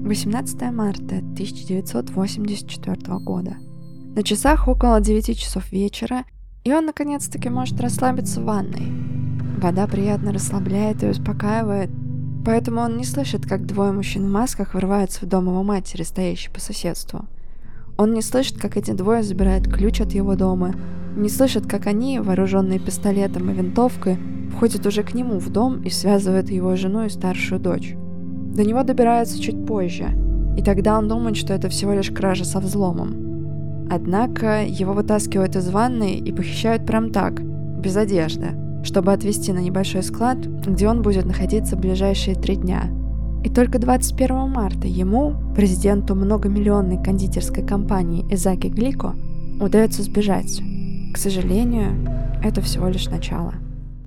18 марта 1984 года. На часах около 9 часов вечера, и он наконец-таки может расслабиться в ванной. Вода приятно расслабляет и успокаивает, поэтому он не слышит, как двое мужчин в масках врываются в дом его матери, стоящей по соседству. Он не слышит, как эти двое забирают ключ от его дома, не слышит, как они, вооруженные пистолетом и винтовкой, входят уже к нему в дом и связывают его жену и старшую дочь. До него добираются чуть позже, и тогда он думает, что это всего лишь кража со взломом. Однако его вытаскивают из ванной и похищают прям так, без одежды, чтобы отвезти на небольшой склад, где он будет находиться в ближайшие 3 дня. И только 21 марта ему, президенту многомиллионной кондитерской компании Изаки Глико, удается сбежать. К сожалению, это всего лишь начало.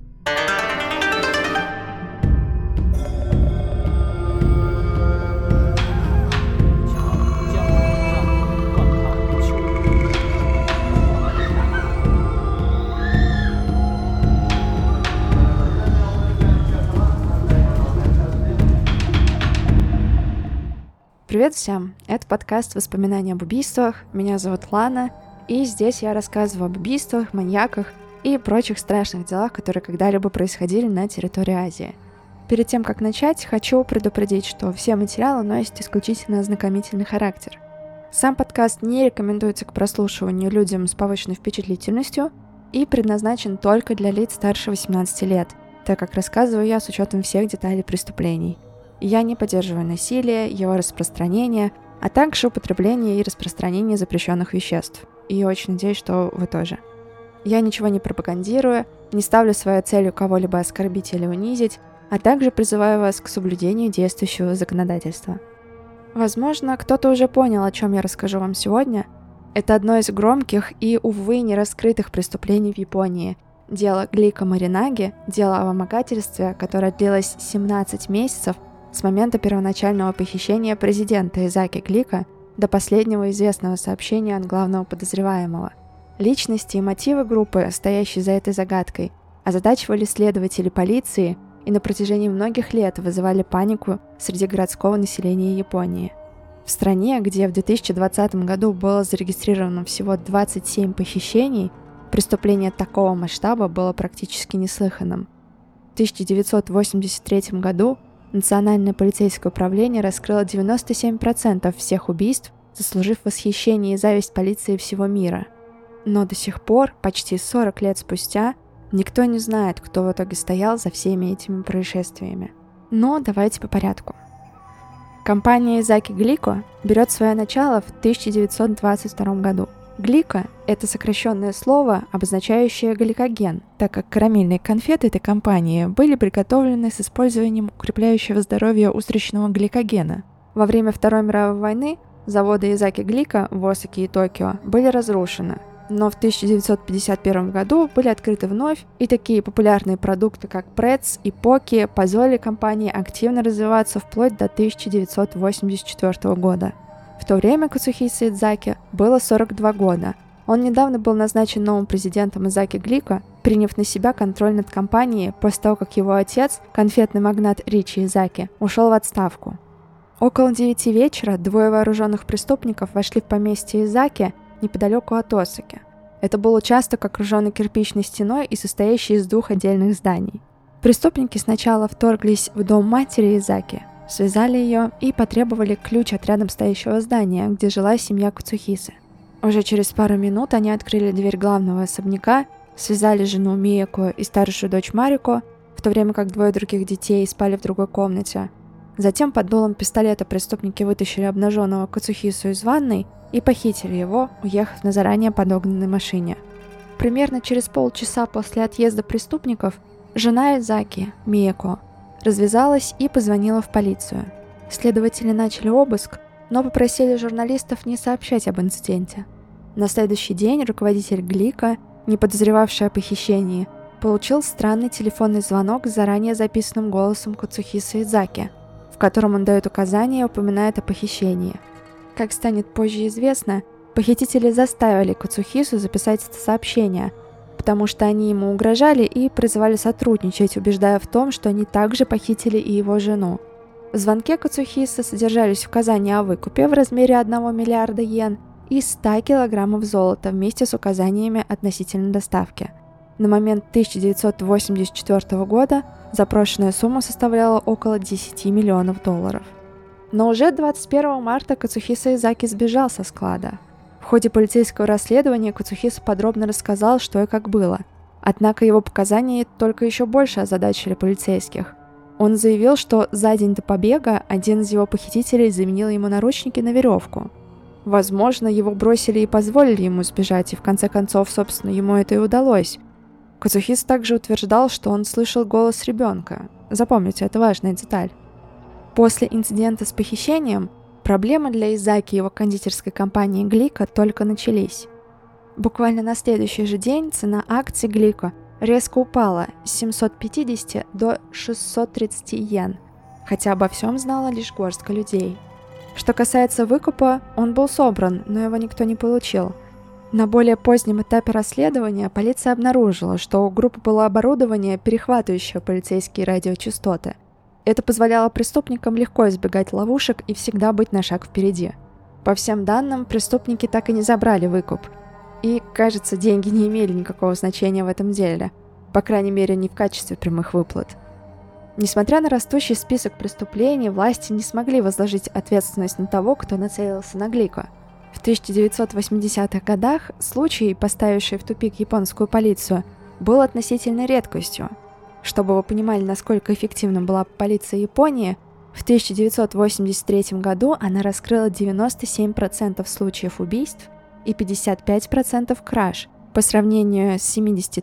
Привет всем! Это подкаст «Воспоминания об убийствах». Меня зовут Лана, и здесь я рассказываю об убийствах, маньяках и прочих страшных делах, которые когда-либо происходили на территории Азии. Перед тем, как начать, хочу предупредить, что все материалы носят исключительно ознакомительный характер. Сам подкаст не рекомендуется к прослушиванию людям с повышенной впечатлительностью и предназначен только для лиц старше 18 лет, так как рассказываю я с учетом всех деталей преступлений. Я не поддерживаю насилие, его распространение, а также употребление и распространение запрещенных веществ. И очень надеюсь, что вы тоже. Я ничего не пропагандирую, не ставлю своей целью кого-либо оскорбить или унизить, а также призываю вас к соблюдению действующего законодательства. Возможно, кто-то уже понял, о чем я расскажу вам сегодня. Это одно из громких и, увы, не раскрытых преступлений в Японии. Дело Глико Моринаги, дело о вымогательстве, которое длилось 17 месяцев, с момента первоначального похищения президента Изаки Глико до последнего известного сообщения от главного подозреваемого. Личности и мотивы группы, стоящей за этой загадкой, озадачивали следователи полиции и на протяжении многих лет вызывали панику среди городского населения Японии. В стране, где в 2020 году было зарегистрировано всего 27 похищений, преступление такого масштаба было практически неслыханным. В 1983 году Национальное полицейское управление раскрыло 97% всех убийств, заслужив восхищение и зависть полиции всего мира. Но до сих пор, почти 40 лет спустя, никто не знает, кто в итоге стоял за всеми этими происшествиями. Но давайте по порядку. Компания Изаки Глико берет свое начало в 1922 году. Глико – это сокращенное слово, обозначающее гликоген, так как карамельные конфеты этой компании были приготовлены с использованием укрепляющего здоровье устричного гликогена. Во время Второй мировой войны заводы Изаки Глико в Осаке и Токио были разрушены, но в 1951 году были открыты вновь, и такие популярные продукты, как Прец и Поки, позволили компании активно развиваться вплоть до 1984 года. В то время Кацухисе Идзаки было 42 года. Он недавно был назначен новым президентом Изаки Глико, приняв на себя контроль над компанией после того, как его отец, конфетный магнат Ричи Изаки, ушел в отставку. Около 9 вечера двое вооруженных преступников вошли в поместье Изаки неподалеку от Осаки. Это был участок, окруженный кирпичной стеной и состоящий из 2 отдельных зданий. Преступники сначала вторглись в дом матери Изаки, связали ее и потребовали ключ от рядом стоящего здания, где жила семья Кацухисе. Уже через пару минут они открыли дверь главного особняка, связали жену Миеко и старшую дочь Марико, в то время как 2 других детей спали в другой комнате. Затем под дулом пистолета преступники вытащили обнаженного Кацухису из ванной и похитили его, уехав на заранее подогнанной машине. Примерно через полчаса после отъезда преступников жена Изаки, Миеко, развязалась и позвонила в полицию. Следователи начали обыск, но попросили журналистов не сообщать об инциденте. На следующий день руководитель Глико, не подозревавший о похищении, получил странный телефонный звонок с заранее записанным голосом Кацухисы Идзаки, в котором он дает указания и упоминает о похищении. Как станет позже известно, похитители заставили Кацухису записать это сообщение, потому что они ему угрожали и призывали сотрудничать, убеждая в том, что они также похитили и его жену. В звонке Кацухиса содержались указания о выкупе в размере 1 миллиарда йен и 100 килограммов золота вместе с указаниями относительно доставки. На момент 1984 года запрошенная сумма составляла около 10 миллионов долларов. Но уже 21 марта Кацухиса Изаки сбежал со склада. В ходе полицейского расследования Кацухиса подробно рассказал, что и как было. Однако его показания только еще больше озадачили полицейских. Он заявил, что за день до побега один из его похитителей заменил ему наручники на веревку. Возможно, его бросили и позволили ему сбежать, и в конце концов, собственно, ему это и удалось. Кацухиса также утверждал, что он слышал голос ребенка. Запомните, это важная деталь. После инцидента с похищением проблемы для Изаки и его кондитерской компании Глика только начались. Буквально на следующий же день цена акций Глика резко упала с 750 до 630 йен, хотя обо всем знала лишь горстка людей. Что касается выкупа, он был собран, но его никто не получил. На более позднем этапе расследования полиция обнаружила, что у группы было оборудование, перехватывающее полицейские радиочастоты. Это позволяло преступникам легко избегать ловушек и всегда быть на шаг впереди. По всем данным, преступники так и не забрали выкуп. И, кажется, деньги не имели никакого значения в этом деле. По крайней мере, не в качестве прямых выплат. Несмотря на растущий список преступлений, власти не смогли возложить ответственность на того, кто нацелился на Глика. В 1980-х годах случай, поставивший в тупик японскую полицию, был относительной редкостью. Чтобы вы понимали, насколько эффективна была полиция Японии, в 1983 году она раскрыла 97% случаев убийств и 55% краж, по сравнению с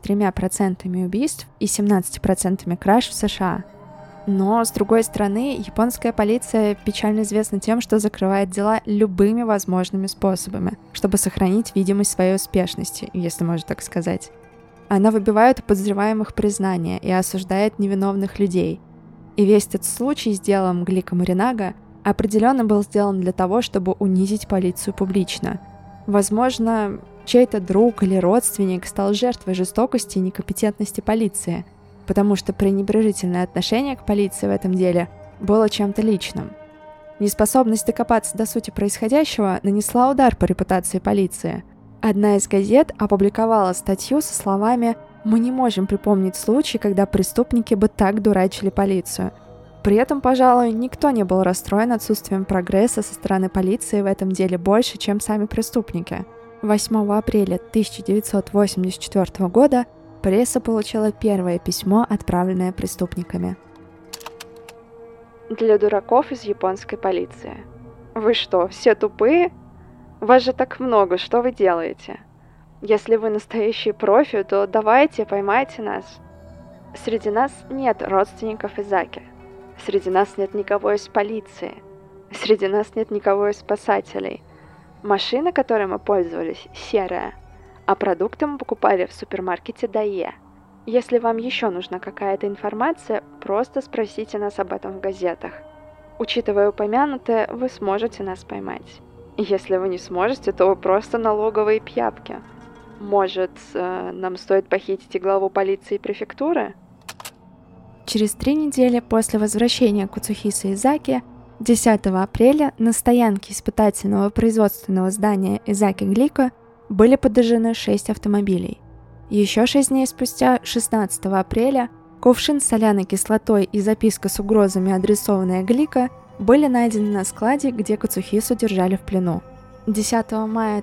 73% убийств и 17% краж в США. Но, с другой стороны, японская полиция печально известна тем, что закрывает дела любыми возможными способами, чтобы сохранить видимость своей успешности, если можно так сказать. Она выбивает у подозреваемых признания и осуждает невиновных людей. И весь этот случай с делом Глика Моринага определенно был сделан для того, чтобы унизить полицию публично. Возможно, чей-то друг или родственник стал жертвой жестокости и некомпетентности полиции, потому что пренебрежительное отношение к полиции в этом деле было чем-то личным. Неспособность докопаться до сути происходящего нанесла удар по репутации полиции. Одна из газет опубликовала статью со словами «Мы не можем припомнить случай, когда преступники бы так дурачили полицию». При этом, пожалуй, никто не был расстроен отсутствием прогресса со стороны полиции в этом деле больше, чем сами преступники. 8 апреля 1984 года пресса получила первое письмо, отправленное преступниками. Для дураков из японской полиции. Вы что, все тупые? Вас же так много, что вы делаете? Если вы настоящий профи, то давайте, поймайте нас. Среди нас нет родственников Изаки. Среди нас нет никого из полиции. Среди нас нет никого из спасателей. Машина, которой мы пользовались, серая, а продукты мы покупали в супермаркете Дае. Если вам еще нужна какая-то информация, просто спросите нас об этом в газетах. Учитывая упомянутое, вы сможете нас поймать. Если вы не сможете, то вы просто налоговые пьяпки. Может, нам стоит похитить и главу полиции префектуры? Через 3 недели после возвращения Кацухиса Изаки, 10 апреля на стоянке испытательного производственного здания Изаки Глика были подожжены 6 автомобилей. Еще 6 дней спустя, 16 апреля, кувшин с соляной кислотой и записка с угрозами, адресованная Глика, были найдены на складе, где Кацухису держали в плену. 10 мая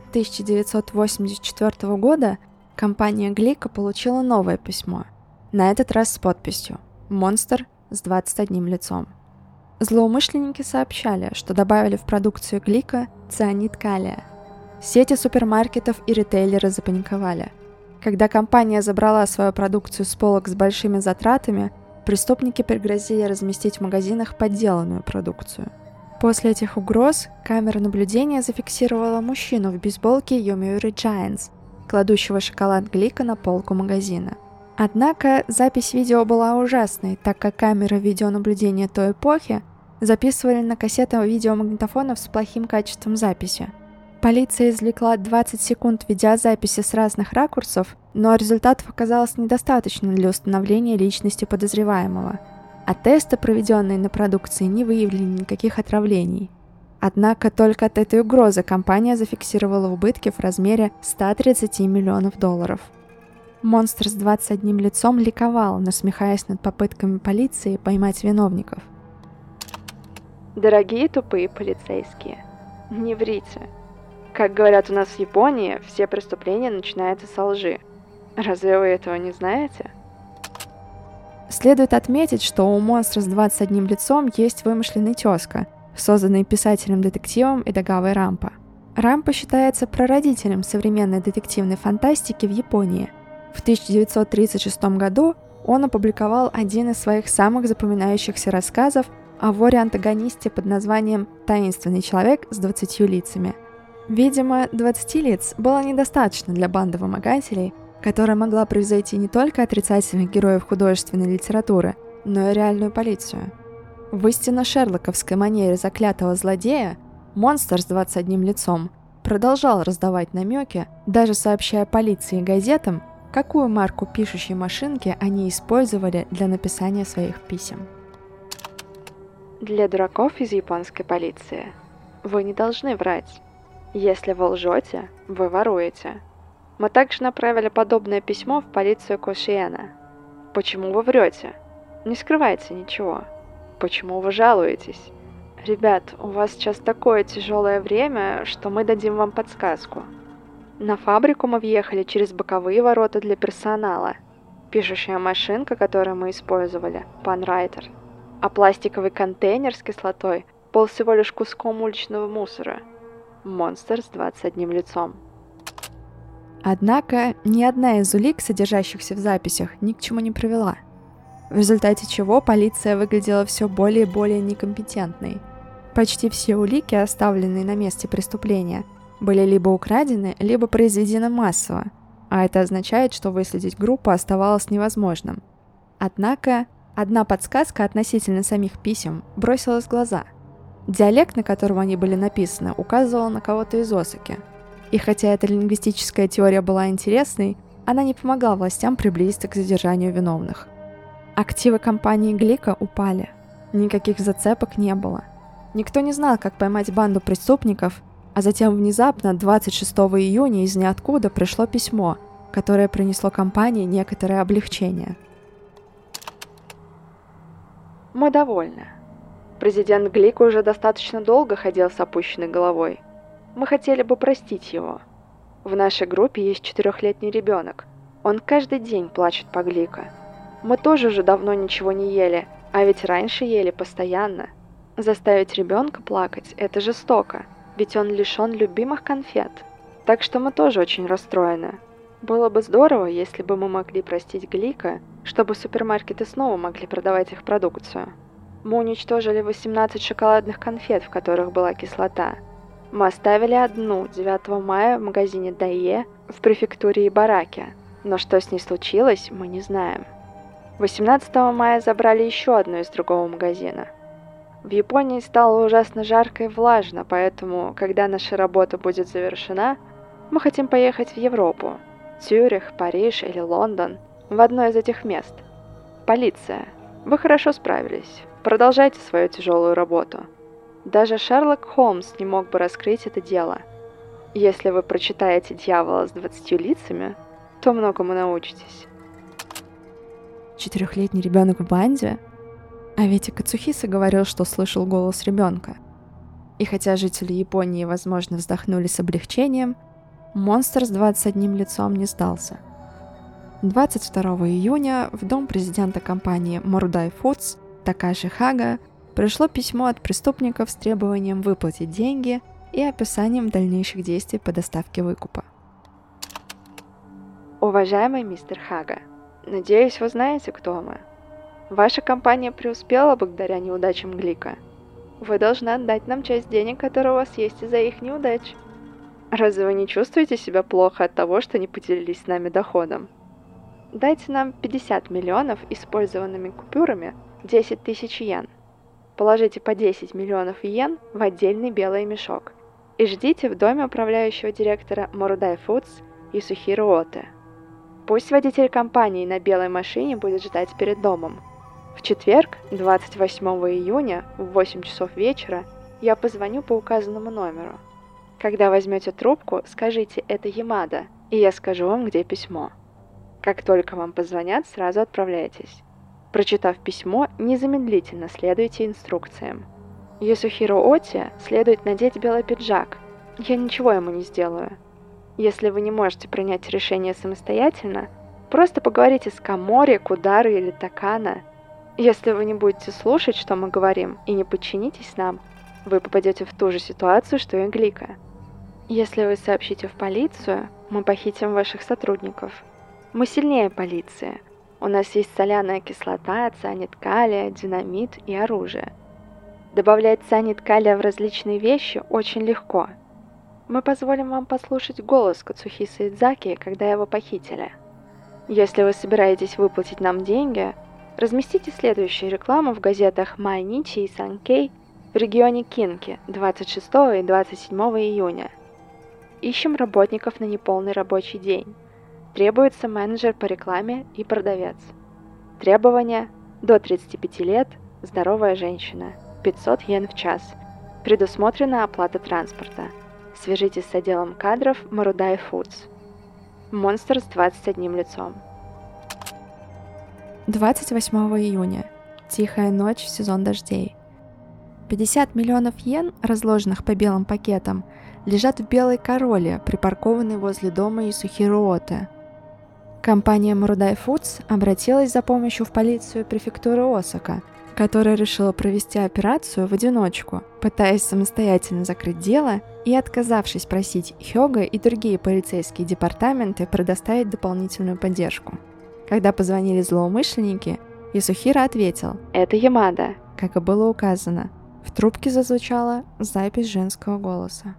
1984 года компания Глика получила новое письмо, на этот раз с подписью «Монстр с 21 лицом». Злоумышленники сообщали, что добавили в продукцию Глика цианид калия. Сети супермаркетов и ритейлеры запаниковали. Когда компания забрала свою продукцию с полок с большими затратами, преступники пригрозили разместить в магазинах подделанную продукцию. После этих угроз камера наблюдения зафиксировала мужчину в бейсболке Yomiuri Giants, кладущего шоколад Глика на полку магазина. Однако запись видео была ужасной, так как камеры видеонаблюдения той эпохи записывали на кассеты видеомагнитофонов с плохим качеством записи. Полиция извлекла 20 секунд видеозаписи с разных ракурсов, но результатов оказалось недостаточно для установления личности подозреваемого. а тесты, проведенные на продукции, не выявили никаких отравлений. Однако только от этой угрозы компания зафиксировала убытки в размере 130 миллионов долларов. Монстр с 21 лицом ликовал, насмехаясь над попытками полиции поймать виновников. Дорогие тупые полицейские, не врите. Как говорят у нас в Японии, все преступления начинаются со лжи. Разве вы этого не знаете? Следует отметить, что у монстра с 21 лицом есть вымышленный тезка, созданный писателем-детективом Эдагавой Рампо. Рампо считается прародителем современной детективной фантастики в Японии. В 1936 году он опубликовал один из своих самых запоминающихся рассказов о воре-антагонисте под названием «Таинственный человек с 20 лицами». Видимо, 20 лиц было недостаточно для банды вымогателей, которая могла превзойти не только отрицательных героев художественной литературы, но и реальную полицию. В истинно шерлоковской манере заклятого злодея монстр с 21 лицом продолжал раздавать намеки, даже сообщая полиции и газетам, какую марку пишущей машинки они использовали для написания своих писем. Для дураков из японской полиции вы не должны врать. Если вы лжете, вы воруете. Мы также направили подобное письмо в полицию Кошиэна. Почему вы врете? Не скрывайте ничего. Почему вы жалуетесь? Ребят, у вас сейчас такое тяжелое время, что мы дадим вам подсказку. На фабрику мы въехали через боковые ворота для персонала. Пишущая машинка, которую мы использовали, Панрайтер. А пластиковый контейнер с кислотой был всего лишь куском уличного мусора. Монстр с 21 лицом. Однако ни одна из улик, содержащихся в записях, ни к чему не привела. В результате чего полиция выглядела все более и более некомпетентной. Почти все улики, оставленные на месте преступления, были либо украдены, либо произведены массово, а это означает, что выследить группу оставалось невозможным. Однако одна подсказка относительно самих писем бросилась в глаза. Диалект, на котором они были написаны, указывал на кого-то из Осаки. И хотя эта лингвистическая теория была интересной, она не помогла властям приблизиться к задержанию виновных. Активы компании Глика упали. Никаких зацепок не было. Никто не знал, как поймать банду преступников, а затем внезапно 26 июня из ниоткуда пришло письмо, которое принесло компании некоторое облегчение. Мы довольны. Президент Глик уже достаточно долго ходил с опущенной головой. Мы хотели бы простить его. В нашей группе есть 4-летний ребенок. Он каждый день плачет по Глика. Мы тоже уже давно ничего не ели, а ведь раньше ели постоянно. Заставить ребенка плакать – это жестоко, ведь он лишен любимых конфет. Так что мы тоже очень расстроены. Было бы здорово, если бы мы могли простить Глика, чтобы супермаркеты снова могли продавать их продукцию. Мы уничтожили 18 шоколадных конфет, в которых была кислота. Мы оставили одну 9 мая в магазине Дайе в префектуре Ибараки, но что с ней случилось, мы не знаем. 18 мая забрали еще одну из другого магазина. В Японии стало ужасно жарко и влажно, поэтому, когда наша работа будет завершена, мы хотим поехать в Европу. Цюрих, Париж или Лондон, в одно из этих мест. Полиция, вы хорошо справились. Продолжайте свою тяжелую работу. Даже Шерлок Холмс не мог бы раскрыть это дело. Если вы прочитаете «Дьявола с 20 лицами», то многому научитесь. 4-летний ребенок в банде? А ведь и Кацухиса говорил, что слышал голос ребенка. И хотя жители Японии, возможно, вздохнули с облегчением, монстр с 21 лицом не сдался. 22 июня в дом президента компании Morudai Foods Такаши Хага пришло письмо от преступников с требованием выплатить деньги и описанием дальнейших действий по доставке выкупа. Уважаемый мистер Хага, надеюсь, вы знаете, кто мы. Ваша компания преуспела благодаря неудачам Глика. Вы должны отдать нам часть денег, которые у вас есть из-за их неудач. Разве вы не чувствуете себя плохо от того, что не поделились с нами доходом? Дайте нам 50 миллионов использованными купюрами 10 тысяч йен. Положите по 10 миллионов йен в отдельный белый мешок и ждите в доме управляющего директора Morudai Foods Юсухиро Оте. Пусть водитель компании на белой машине будет ждать перед домом. В четверг, 28 июня в 8 часов вечера я позвоню по указанному номеру. Когда возьмете трубку, скажите «это Ямада», и я скажу вам, где письмо. Как только вам позвонят, сразу отправляйтесь. Прочитав письмо, незамедлительно следуйте инструкциям. Ясухиро Оти следует надеть белый пиджак. Я ничего ему не сделаю. Если вы не можете принять решение самостоятельно, просто поговорите с Камори, Кудары или Такана. Если вы не будете слушать, что мы говорим, и не подчинитесь нам, вы попадете в ту же ситуацию, что и Глика. Если вы сообщите в полицию, мы похитим ваших сотрудников. Мы сильнее полиции. У нас есть соляная кислота, цианид калия, динамит и оружие. Добавлять цианид калия в различные вещи очень легко. Мы позволим вам послушать голос Кацухисы Идзаки, когда его похитили. Если вы собираетесь выплатить нам деньги, разместите следующую рекламу в газетах Майничи и Санкей в регионе Кинки 26 и 27 июня. Ищем работников на неполный рабочий день. Требуется менеджер по рекламе и продавец. Требования: до 35 лет, здоровая женщина, 500 йен в час. Предусмотрена оплата транспорта. Свяжитесь с отделом кадров Maruday Foods. Монстр с 21 лицом. 28 июня. Тихая ночь в сезон дождей. 50 миллионов йен, разложенных по белым пакетам, лежат в белой короле, припаркованной возле дома Ясухиро Оти. Компания Maruday Foods обратилась за помощью в полицию префектуры Осака, которая решила провести операцию в одиночку, пытаясь самостоятельно закрыть дело и отказавшись просить Хёга и другие полицейские департаменты предоставить дополнительную поддержку. Когда позвонили злоумышленники, Ясухиро ответил «Это Ямада», как и было указано. В трубке зазвучала запись женского голоса.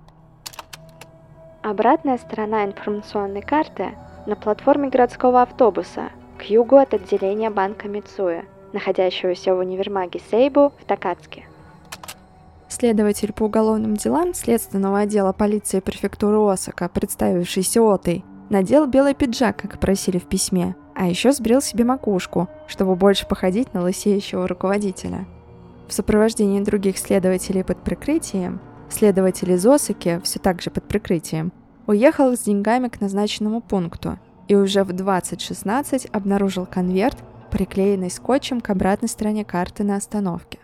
Обратная сторона информационной карты на платформе городского автобуса к югу от отделения банка Мицуэ, находящегося в универмаге Сейбу в Такацке. Следователь по уголовным делам Следственного отдела полиции префектуры Осака, представившийся Отой, надел белый пиджак, как просили в письме, а еще сбрил себе макушку, чтобы больше походить на лысеющего руководителя. В сопровождении других следователей под прикрытием, следователь из Осаки, все так же под прикрытием, уехал с деньгами к назначенному пункту и уже в 20:16 обнаружил конверт, приклеенный скотчем к обратной стороне карты на остановке.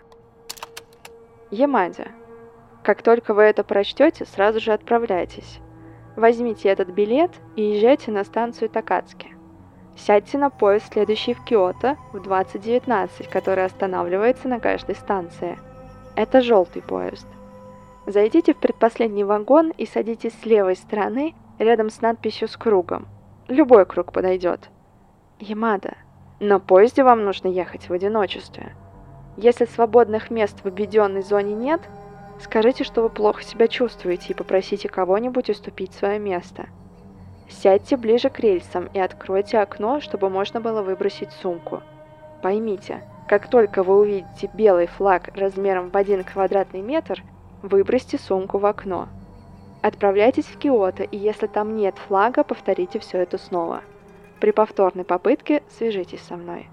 Ямаде. Как только вы это прочтете, сразу же отправляйтесь. Возьмите этот билет и езжайте на станцию Такацки. Сядьте на поезд, следующий в Киото, в 20:19, который останавливается на каждой станции. Это желтый поезд. Зайдите в предпоследний вагон и садитесь с левой стороны, рядом с надписью с кругом. Любой круг подойдет. Ямада. На поезде вам нужно ехать в одиночестве. Если свободных мест в обведенной зоне нет, скажите, что вы плохо себя чувствуете, и попросите кого-нибудь уступить свое место. Сядьте ближе к рельсам и откройте окно, чтобы можно было выбросить сумку. Поймите, как только вы увидите белый флаг размером в 1 квадратный метр, выбросьте сумку в окно. Отправляйтесь в Киото, и если там нет флага, повторите все это снова. При повторной попытке свяжитесь со мной.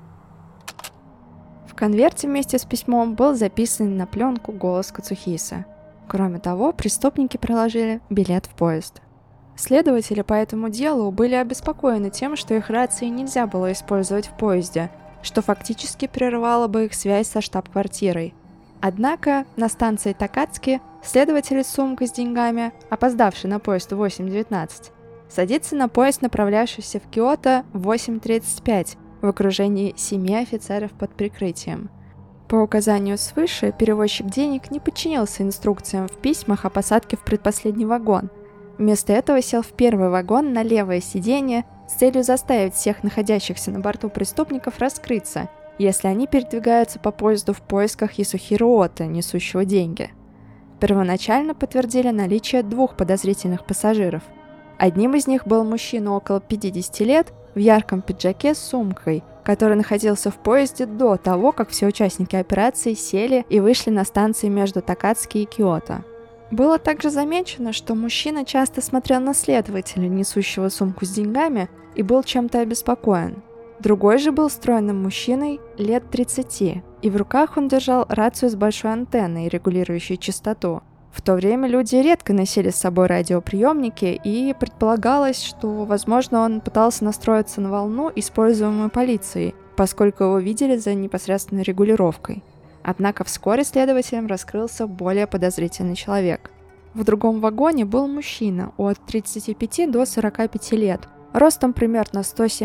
В конверте вместе с письмом был записан на пленку голос Кацухисы. Кроме того, преступники приложили билет в поезд. Следователи по этому делу были обеспокоены тем, что их рации нельзя было использовать в поезде, что фактически прервало бы их связь со штаб-квартирой. Однако на станции Такацки следователь с сумкой с деньгами, опоздавший на поезд в 8:19, садится на поезд, направлявшийся в Киото в 8:35 в окружении 7 офицеров под прикрытием. По указанию свыше перевозчик денег не подчинился инструкциям в письмах о посадке в предпоследний вагон. Вместо этого сел в первый вагон на левое сиденье с целью заставить всех находящихся на борту преступников раскрыться, если они передвигаются по поезду в поисках Ясухиро Оти, несущего деньги. Первоначально подтвердили наличие 2 подозрительных пассажиров. Одним из них был мужчина около 50 лет в ярком пиджаке с сумкой, который находился в поезде до того, как все участники операции сели и вышли на станции между Такацки и Киото. Было также замечено, что мужчина часто смотрел на следователя, несущего сумку с деньгами, и был чем-то обеспокоен. Другой же был стройным мужчиной лет 30, и в руках он держал рацию с большой антенной, регулирующей частоту. В то время люди редко носили с собой радиоприемники, и предполагалось, что, возможно, он пытался настроиться на волну, используемую полицией, поскольку его видели за непосредственной регулировкой. Однако вскоре следователям раскрылся более подозрительный человек. В другом вагоне был мужчина от 35 до 45 лет, ростом примерно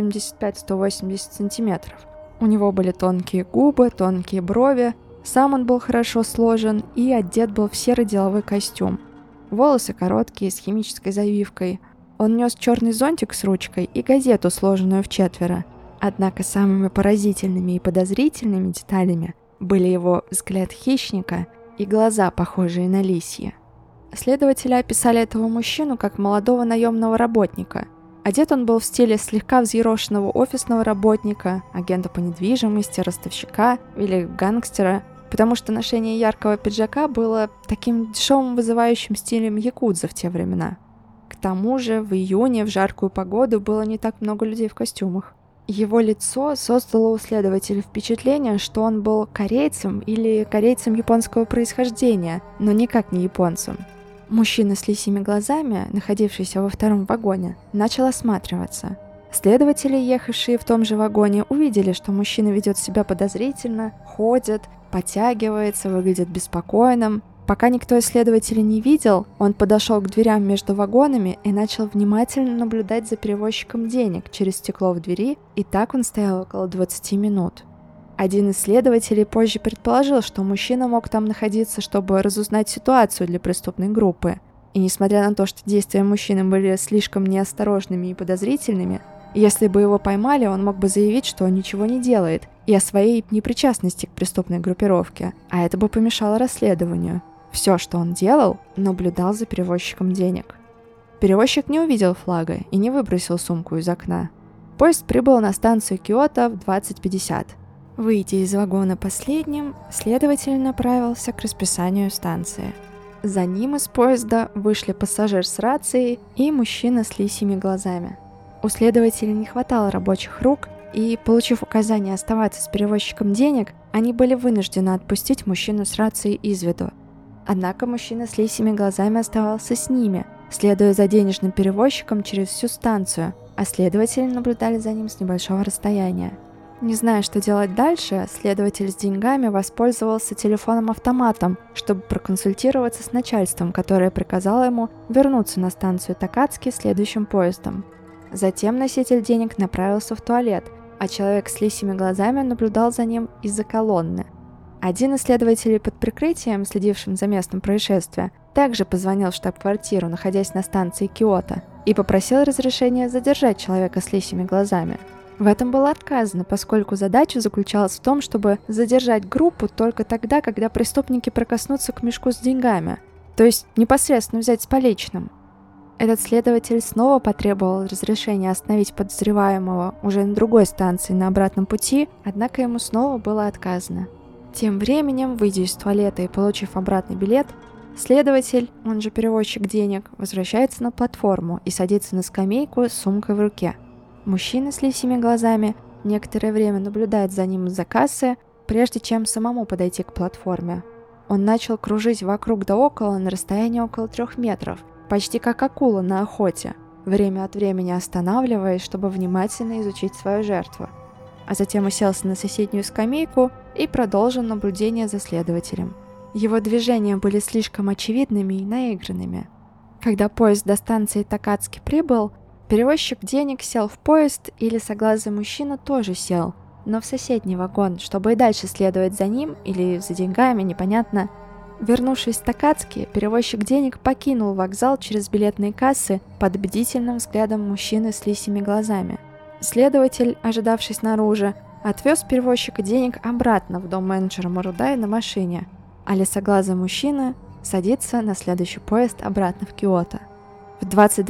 175-180 сантиметров. У него были тонкие губы, тонкие брови, сам он был хорошо сложен и одет был в серый деловой костюм. Волосы короткие, с химической завивкой. Он нес черный зонтик с ручкой и газету, сложенную в четверо. Однако самыми поразительными и подозрительными деталями были его взгляд хищника и глаза, похожие на лисьи. Следователи описали этого мужчину как молодого наемного работника. Одет он был в стиле слегка взъерошенного офисного работника, агента по недвижимости, ростовщика или гангстера, потому что ношение яркого пиджака было таким дешевым вызывающим стилем якудза в те времена. К тому же в июне в жаркую погоду было не так много людей в костюмах. Его лицо создало у следователя впечатление, что он был корейцем или корейцем японского происхождения, но никак не японцем. Мужчина с лисьими глазами, находившийся во втором вагоне, начал осматриваться. Следователи, ехавшие в том же вагоне, увидели, что мужчина ведет себя подозрительно, ходит, подтягивается, выглядит беспокойным. Пока никто из следователей не видел, он подошел к дверям между вагонами и начал внимательно наблюдать за перевозчиком денег через стекло в двери, и так он стоял около 20 минут. Один из следователей позже предположил, что мужчина мог там находиться, чтобы разузнать ситуацию для преступной группы. И несмотря на то, что действия мужчины были слишком неосторожными и подозрительными, если бы его поймали, он мог бы заявить, что он ничего не делает, и о своей непричастности к преступной группировке, а это бы помешало расследованию. Все, что он делал, наблюдал за перевозчиком денег. Перевозчик не увидел флага и не выбросил сумку из окна. Поезд прибыл на станцию Киото в 20:50. Выйдя из вагона последним, следователь направился к расписанию станции. За ним из поезда вышли пассажир с рацией и мужчина с лисьими глазами. У следователя не хватало рабочих рук, и, получив указание оставаться с перевозчиком денег, они были вынуждены отпустить мужчину с рацией из виду. Однако мужчина с лисьими глазами оставался с ними, следуя за денежным перевозчиком через всю станцию, а следователи наблюдали за ним с небольшого расстояния. Не зная, что делать дальше, следователь с деньгами воспользовался телефоном-автоматом, чтобы проконсультироваться с начальством, которое приказало ему вернуться на станцию Такацки следующим поездом. Затем носитель денег направился в туалет, а человек с лисьими глазами наблюдал за ним из-за колонны. Один из следователей под прикрытием, следившим за местом происшествия, также позвонил в штаб-квартиру, находясь на станции Киото, и попросил разрешения задержать человека с лисьими глазами. В этом было отказано, поскольку задача заключалась в том, чтобы задержать группу только тогда, когда преступники прикоснутся к мешку с деньгами, то есть непосредственно взять с поличным. Этот следователь снова потребовал разрешения остановить подозреваемого уже на другой станции на обратном пути, однако ему снова было отказано. Тем временем, выйдя из туалета и получив обратный билет, следователь, он же перевозчик денег, возвращается на платформу и садится на скамейку с сумкой в руке. Мужчина с лисьими глазами некоторое время наблюдает за ним из-за кассы, прежде чем самому подойти к платформе. Он начал кружить вокруг да около на расстоянии около 3 метров, почти как акула на охоте, время от времени останавливаясь, чтобы внимательно изучить свою жертву. А затем уселся на соседнюю скамейку и продолжил наблюдение за следователем. Его движения были слишком очевидными и наигранными. Когда поезд до станции Такацки прибыл, перевозчик денег сел в поезд, и лисоглазый мужчина тоже сел, но в соседний вагон, чтобы и дальше следовать за ним или за деньгами, непонятно. Вернувшись в Такацки, перевозчик денег покинул вокзал через билетные кассы под бдительным взглядом мужчины с лисьими глазами. Следователь, ожидавший снаружи, отвез перевозчика денег обратно в дом менеджера Марудая на машине, а лисоглазый мужчина садится на следующий поезд обратно в Киото. В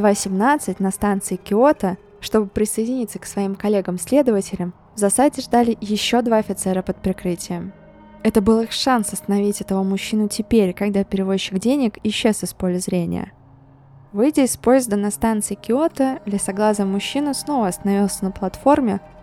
22:17 на станции Киото, чтобы присоединиться к своим коллегам-следователям, в засаде ждали еще 2 офицера под прикрытием. Это был их шанс остановить этого мужчину теперь, когда перевозчик денег исчез из поля зрения. Выйдя из поезда на станции Киото, лисоглазый мужчина снова остановился на платформе,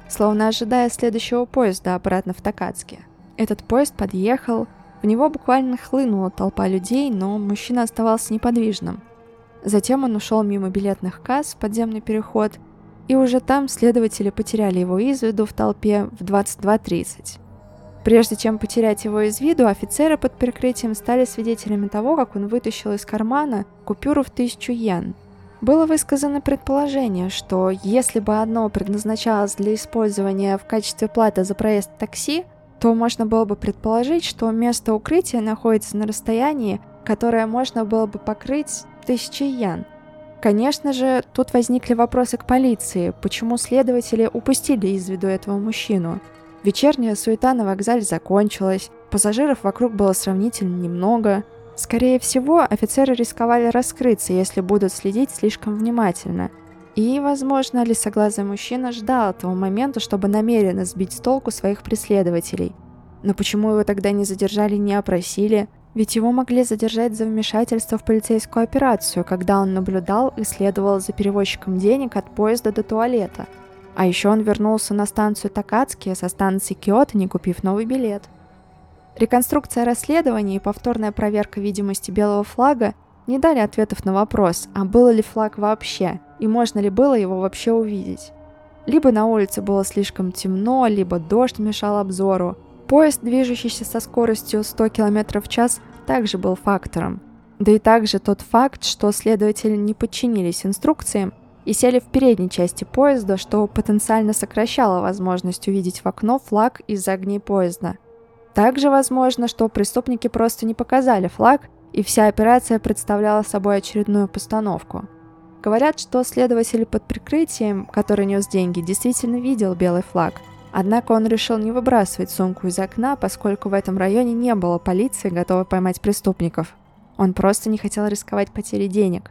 словно ожидая следующего поезда обратно в Такатске. Этот поезд подъехал, в него буквально хлынула толпа людей, но мужчина оставался неподвижным. Затем он ушел мимо билетных касс в подземный переход, и уже там следователи потеряли его из виду в толпе в 22:30. Прежде чем потерять его из виду, офицеры под прикрытием стали свидетелями того, как он вытащил из кармана купюру в 1000 йен. Было высказано предположение, что если бы одно предназначалось для использования в качестве платы за проезд в такси, то можно было бы предположить, что место укрытия находится на расстоянии, которое можно было бы покрыть 1000 йен. Конечно же, тут возникли вопросы к полиции, почему следователи упустили из виду этого мужчину. Вечерняя суета на вокзале закончилась, пассажиров вокруг было сравнительно немного. Скорее всего, офицеры рисковали раскрыться, если будут следить слишком внимательно. И, возможно, лисоглазый мужчина ждал этого момента, чтобы намеренно сбить с толку своих преследователей. Но почему его тогда не задержали, не опросили? Ведь его могли задержать за вмешательство в полицейскую операцию, когда он наблюдал и следовал за перевозчиком денег от поезда до туалета. А еще он вернулся на станцию Такатски со станции Киото, не купив новый билет. Реконструкция расследования и повторная проверка видимости белого флага не дали ответов на вопрос, а был ли флаг вообще, и можно ли было его вообще увидеть. Либо на улице было слишком темно, либо дождь мешал обзору. Поезд, движущийся со скоростью 100 км в час, также был фактором. Да и также тот факт, что следователи не подчинились инструкциям и сели в передней части поезда, что потенциально сокращало возможность увидеть в окно флаг из-за огней поезда. Также возможно, что преступники просто не показали флаг, и вся операция представляла собой очередную постановку. Говорят, что следователь под прикрытием, который нес деньги, действительно видел белый флаг, однако он решил не выбрасывать сумку из окна, поскольку в этом районе не было полиции, готовой поймать преступников. Он просто не хотел рисковать потерей денег.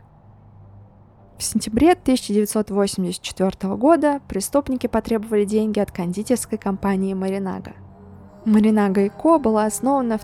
В сентябре 1984 года преступники потребовали деньги от кондитерской компании Morinaga. Morinaga & Co. была основана в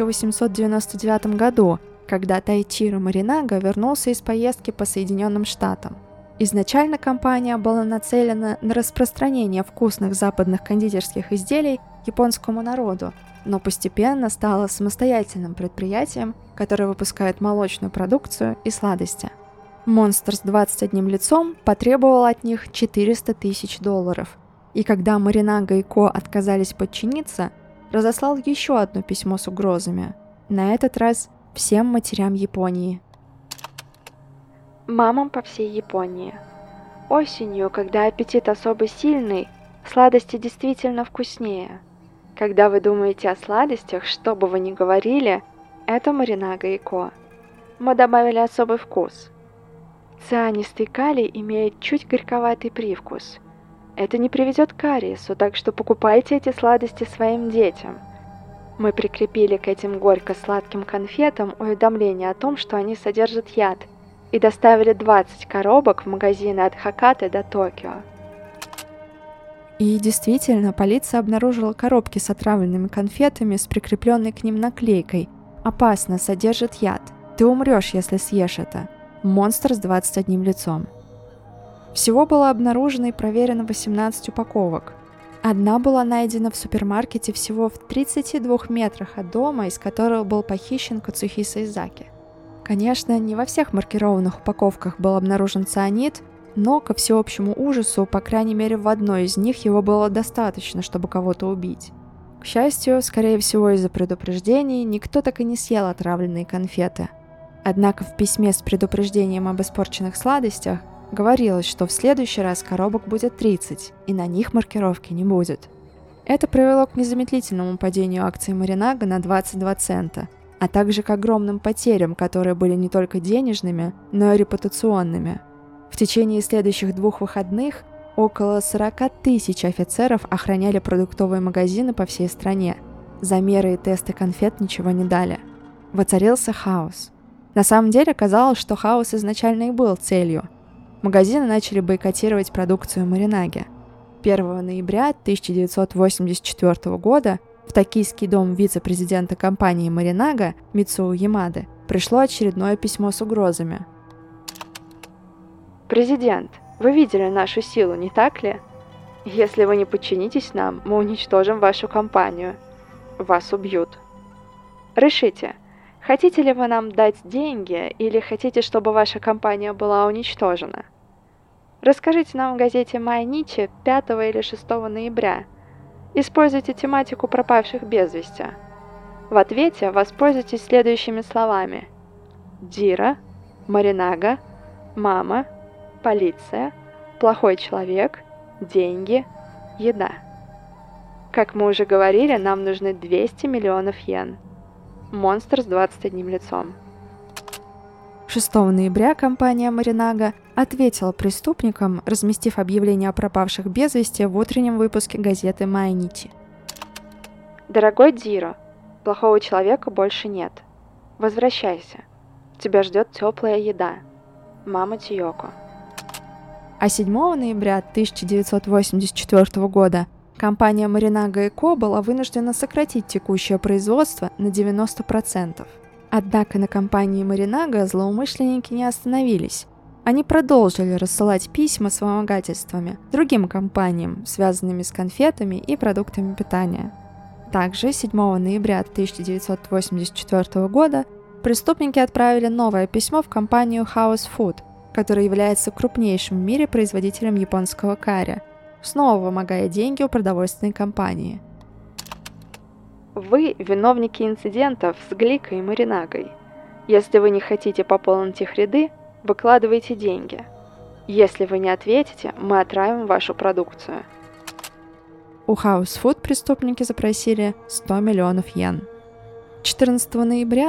1899 году, когда Тайчиро Morinaga вернулся из поездки по Соединенным Штатам. Изначально компания была нацелена на распространение вкусных западных кондитерских изделий японскому народу, но постепенно стала самостоятельным предприятием, которое выпускает молочную продукцию и сладости. Monster с 21 лицом потребовал от них $400 000, и когда Morinaga & Co. отказались подчиниться, разослал еще одно письмо с угрозами, на этот раз всем матерям Японии. Мамам по всей Японии. Осенью, когда аппетит особо сильный, сладости действительно вкуснее. Когда вы думаете о сладостях, что бы вы ни говорили, это Morinaga & Co. Мы добавили особый вкус. Цианистый калий имеет чуть горьковатый привкус. Это не приведет к кариесу, так что покупайте эти сладости своим детям. Мы прикрепили к этим горько-сладким конфетам уведомление о том, что они содержат яд, и доставили 20 коробок в магазины от Хакаты до Токио. И действительно, полиция обнаружила коробки с отравленными конфетами с прикрепленной к ним наклейкой «Опасно, содержит яд. Ты умрешь, если съешь это. Монстр с 21 лицом». Всего было обнаружено и проверено 18 упаковок. Одна была найдена в супермаркете всего в 32 метрах от дома, из которого был похищен Кацухиса Изаки. Конечно, не во всех маркированных упаковках был обнаружен цианид, но, ко всеобщему ужасу, по крайней мере в одной из них его было достаточно, чтобы кого-то убить. К счастью, скорее всего из-за предупреждений, никто так и не съел отравленные конфеты. Однако в письме с предупреждением об испорченных сладостях говорилось, что в следующий раз коробок будет 30, и на них маркировки не будет. Это привело к незамедлительному падению акций Morinaga на 22 цента, а также к огромным потерям, которые были не только денежными, но и репутационными. В течение следующих 2 выходных около 40 000 офицеров охраняли продуктовые магазины по всей стране. Замеры и тесты конфет ничего не дали. Воцарился хаос. На самом деле казалось, что хаос изначально и был целью. Магазины начали бойкотировать продукцию Morinaga. 1 ноября 1984 года в токийский дом вице-президента компании Morinaga Мицуо Ямады пришло очередное письмо с угрозами. Президент, вы видели нашу силу, не так ли? Если вы не подчинитесь нам, мы уничтожим вашу компанию. Вас убьют. Решите, хотите ли вы нам дать деньги или хотите, чтобы ваша компания была уничтожена? Расскажите нам в газете Майничи 5 или 6 ноября. Используйте тематику пропавших без вести. В ответе воспользуйтесь следующими словами: Дира, Маринага, мама, полиция, плохой человек, деньги, еда. Как мы уже говорили, нам нужны 200 миллионов йен. Монстр с 21 лицом. 6 ноября компания Маринага ответила преступникам, разместив объявление о пропавших без вести в утреннем выпуске газеты Майничи. Дорогой Диро, плохого человека больше нет. Возвращайся. Тебя ждет теплая еда. Мама Тиёко. А 7 ноября 1984 года компания Marinaga Co. была вынуждена сократить текущее производство на 90%. Однако на компании Marinaga злоумышленники не остановились. Они продолжили рассылать письма с вымогательствами другим компаниям, связанными с конфетами и продуктами питания. Также 7 ноября 1984 года преступники отправили новое письмо в компанию House Food, которая является крупнейшим в мире производителем японского карри, снова вымогая деньги у продовольственной компании. Вы виновники инцидентов с Гликой и Маринагой. Если вы не хотите пополнить их ряды, выкладывайте деньги. Если вы не ответите, мы отравим вашу продукцию. У House Food преступники запросили 100 миллионов йен. 14 ноября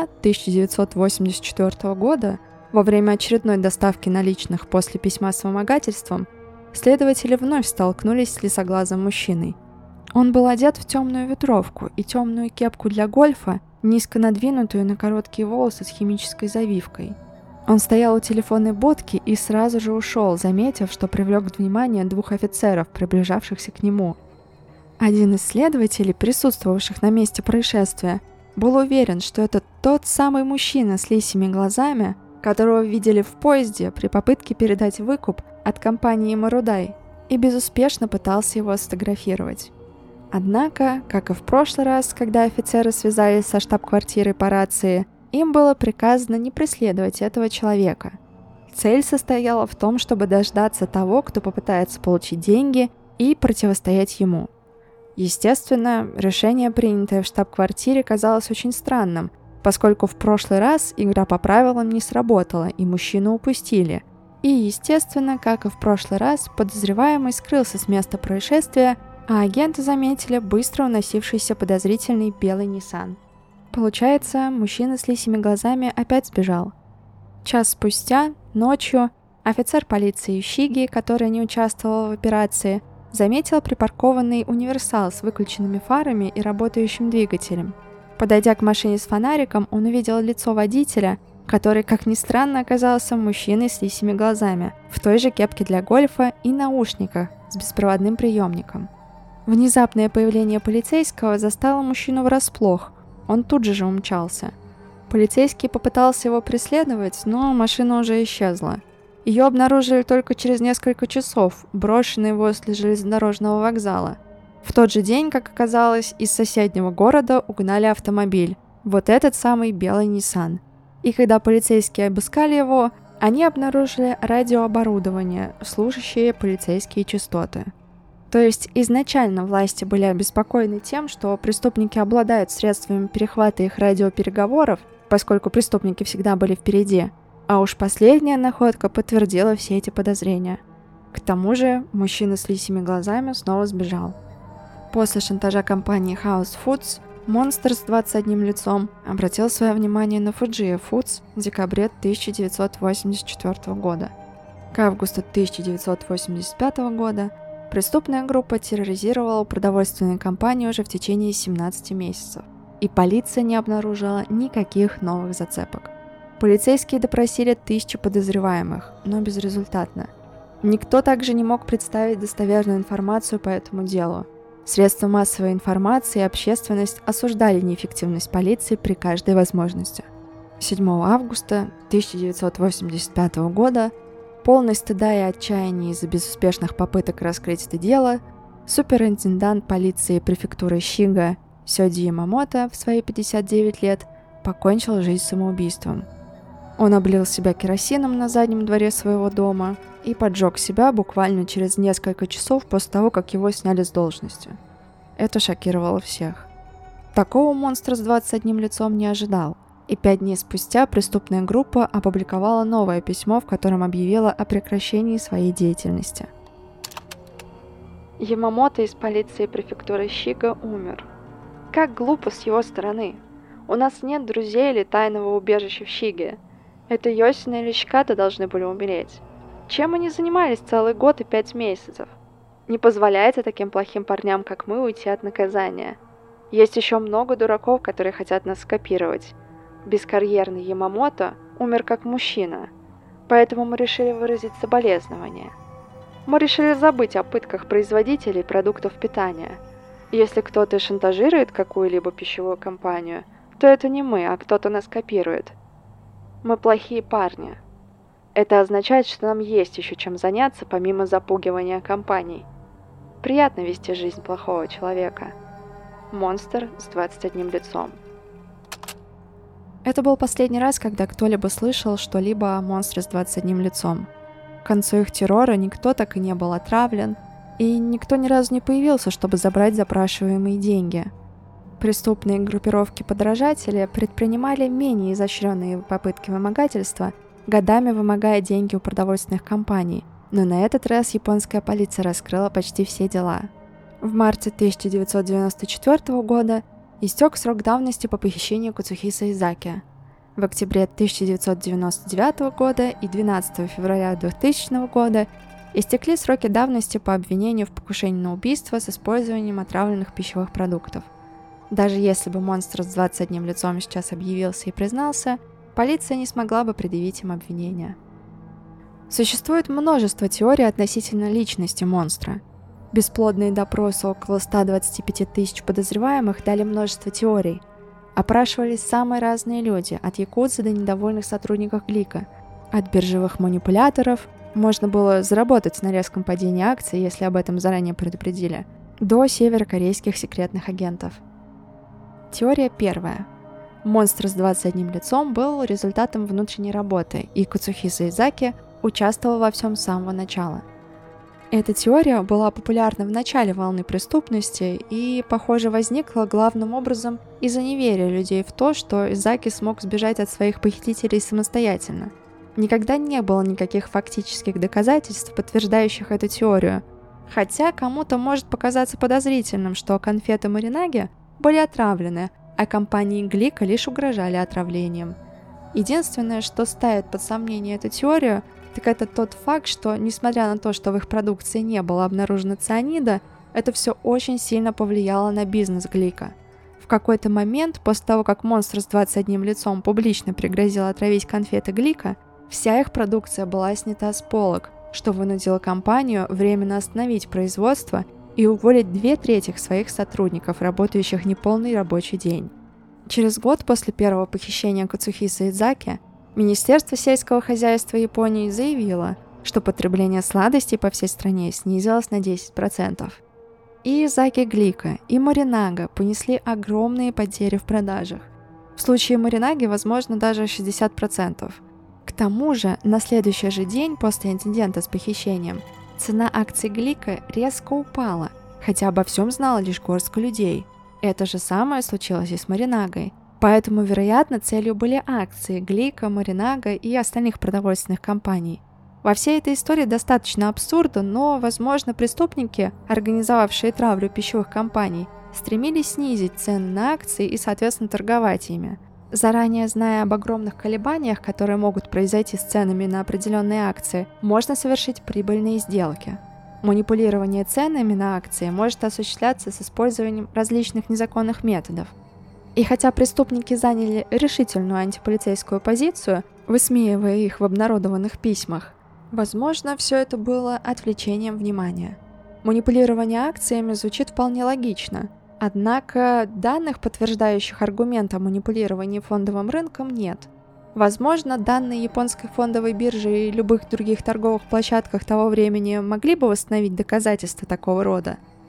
1984 года, во время очередной доставки наличных после письма с вымогательством, следователи вновь столкнулись с лисоглазым мужчиной. Он был одет в темную ветровку и темную кепку для гольфа, низко надвинутую на короткие волосы с химической завивкой. Он стоял у телефонной будки и сразу же ушел, заметив, что привлек внимание 2 офицеров, приближавшихся к нему. Один из следователей, присутствовавших на месте происшествия, был уверен, что это тот самый мужчина с лисьими глазами, которого видели в поезде при попытке передать выкуп от компании Марудай, и безуспешно пытался его сфотографировать. Однако, как и в прошлый раз, когда офицеры связались со штаб-квартирой по рации, им было приказано не преследовать этого человека. Цель состояла в том, чтобы дождаться того, кто попытается получить деньги, и противостоять ему. Естественно, решение, принятое в штаб-квартире, казалось очень странным, поскольку в прошлый раз игра по правилам не сработала, и мужчину упустили. И, естественно, как и в прошлый раз, подозреваемый скрылся с места происшествия, а агенты заметили быстро уносившийся подозрительный белый Nissan. Получается, мужчина с лисьими глазами опять сбежал. Час спустя, ночью, офицер полиции Шиги, который не участвовал в операции, заметил припаркованный универсал с выключенными фарами и работающим двигателем. Подойдя к машине с фонариком, он увидел лицо водителя, который, как ни странно, оказался мужчиной с лисьими глазами, в той же кепке для гольфа и наушниках с беспроводным приемником. Внезапное появление полицейского застало мужчину врасплох, он тут же умчался. Полицейский попытался его преследовать, но машина уже исчезла. Ее обнаружили только через несколько часов, брошенной возле железнодорожного вокзала. В тот же день, как оказалось, из соседнего города угнали автомобиль, вот этот самый белый Nissan. И когда полицейские обыскали его, они обнаружили радиооборудование, служащее полицейские частоты. То есть изначально власти были обеспокоены тем, что преступники обладают средствами перехвата их радиопереговоров, поскольку преступники всегда были впереди, а уж последняя находка подтвердила все эти подозрения. К тому же мужчина с лисьими глазами снова сбежал. После шантажа компании House Foods, монстр с 21 лицом обратил свое внимание на Fujiya Foods в декабре 1984 года. К августу 1985 года преступная группа терроризировала продовольственную компанию уже в течение 17 месяцев, и полиция не обнаружила никаких новых зацепок. Полицейские допросили 1000 подозреваемых, но безрезультатно. Никто также не мог представить достоверную информацию по этому делу. Средства массовой информации и общественность осуждали неэффективность полиции при каждой возможности. 7 августа 1985 года, полный стыда и отчаяния из-за безуспешных попыток раскрыть это дело, суперинтендант полиции префектуры Щига Сёди Ямамото в свои 59 лет покончил жизнь самоубийством. Он облил себя керосином на заднем дворе своего дома и поджег себя буквально через несколько часов после того, как его сняли с должности. Это шокировало всех. Такого монстра с 21 лицом не ожидал, и 5 дней спустя преступная группа опубликовала новое письмо, в котором объявила о прекращении своей деятельности. Ямамото из полиции префектуры Щига умер. Как глупо с его стороны. У нас нет друзей или тайного убежища в Щиге. Это Йосина или Шиката должны были умереть. Чем они занимались целый год и 5 месяцев? Не позволяйте таким плохим парням, как мы, уйти от наказания. Есть еще много дураков, которые хотят нас скопировать. Бескарьерный Ямамото умер как мужчина, поэтому мы решили выразить соболезнования. Мы решили забыть о пытках производителей продуктов питания. Если кто-то шантажирует какую-либо пищевую компанию, то это не мы, а кто-то нас копирует. Мы плохие парни. Это означает, что нам есть еще чем заняться, помимо запугивания компаний. Приятно вести жизнь плохого человека. Монстр с 21 лицом. Это был последний раз, когда кто-либо слышал что-либо о монстре с 21 лицом. К концу их террора никто так и не был отравлен, и никто ни разу не появился, чтобы забрать запрашиваемые деньги. Преступные группировки-подражатели предпринимали менее изощренные попытки вымогательства, годами вымогая деньги у продовольственных компаний, но на этот раз японская полиция раскрыла почти все дела. В марте 1994 года истек срок давности по похищению Кацухиса Изаки. В октябре 1999 года и 12 февраля 2000 года истекли сроки давности по обвинению в покушении на убийство с использованием отравленных пищевых продуктов. Даже если бы монстр с 21 лицом сейчас объявился и признался, полиция не смогла бы предъявить им обвинения. Существует множество теорий относительно личности монстра. Бесплодные допросы около 125 тысяч подозреваемых дали множество теорий. Опрашивались самые разные люди, от якудзы до недовольных сотрудников Глика, от биржевых манипуляторов, можно было заработать на резком падении акций, если об этом заранее предупредили, до северокорейских секретных агентов. Теория первая. Монстр с 21 лицом был результатом внутренней работы, и Кацухиса Изаки участвовал во всем с самого начала. Эта теория была популярна в начале волны преступности и, похоже, возникла главным образом из-за неверия людей в то, что Изаки смог сбежать от своих похитителей самостоятельно. Никогда не было никаких фактических доказательств, подтверждающих эту теорию, хотя кому-то может показаться подозрительным, что конфеты Моринаги были отравлены, а компании Глика лишь угрожали отравлением. Единственное, что ставит под сомнение эту теорию, так это тот факт, что, несмотря на то, что в их продукции не было обнаружено цианида, это все очень сильно повлияло на бизнес Глика. В какой-то момент, после того, как монстр с 21 лицом публично пригрозил отравить конфеты Глика, вся их продукция была снята с полок, что вынудило компанию временно остановить производство и уволить 2/3 своих сотрудников, работающих неполный рабочий день. Через год после первого похищения Кацухиса Изаки Министерство сельского хозяйства Японии заявило, что потребление сладостей по всей стране снизилось на 10%. И Изаки Глика, и Моринага понесли огромные потери в продажах. В случае Моринаги, возможно, даже 60%. К тому же, на следующий же день после инцидента с похищением цена акций Глика резко упала, хотя обо всем знала лишь горстка людей. Это же самое случилось и с Моринагой. Поэтому, вероятно, целью были акции Глика, Моринага и остальных продовольственных компаний. Во всей этой истории достаточно абсурда, но, возможно, преступники, организовавшие травлю пищевых компаний, стремились снизить цены на акции и, соответственно, торговать ими. Заранее зная об огромных колебаниях, которые могут произойти с ценами на определенные акции, можно совершить прибыльные сделки. Манипулирование ценами на акции может осуществляться с использованием различных незаконных методов. И хотя преступники заняли решительную антиполицейскую позицию, высмеивая их в обнародованных письмах, возможно, все это было отвлечением внимания. Манипулирование акциями звучит вполне логично, однако данных, подтверждающих аргумент о манипулировании фондовым рынком, нет. Возможно, данные японской фондовой биржи и любых других торговых площадках того времени могли бы восстановить доказательства такого рода.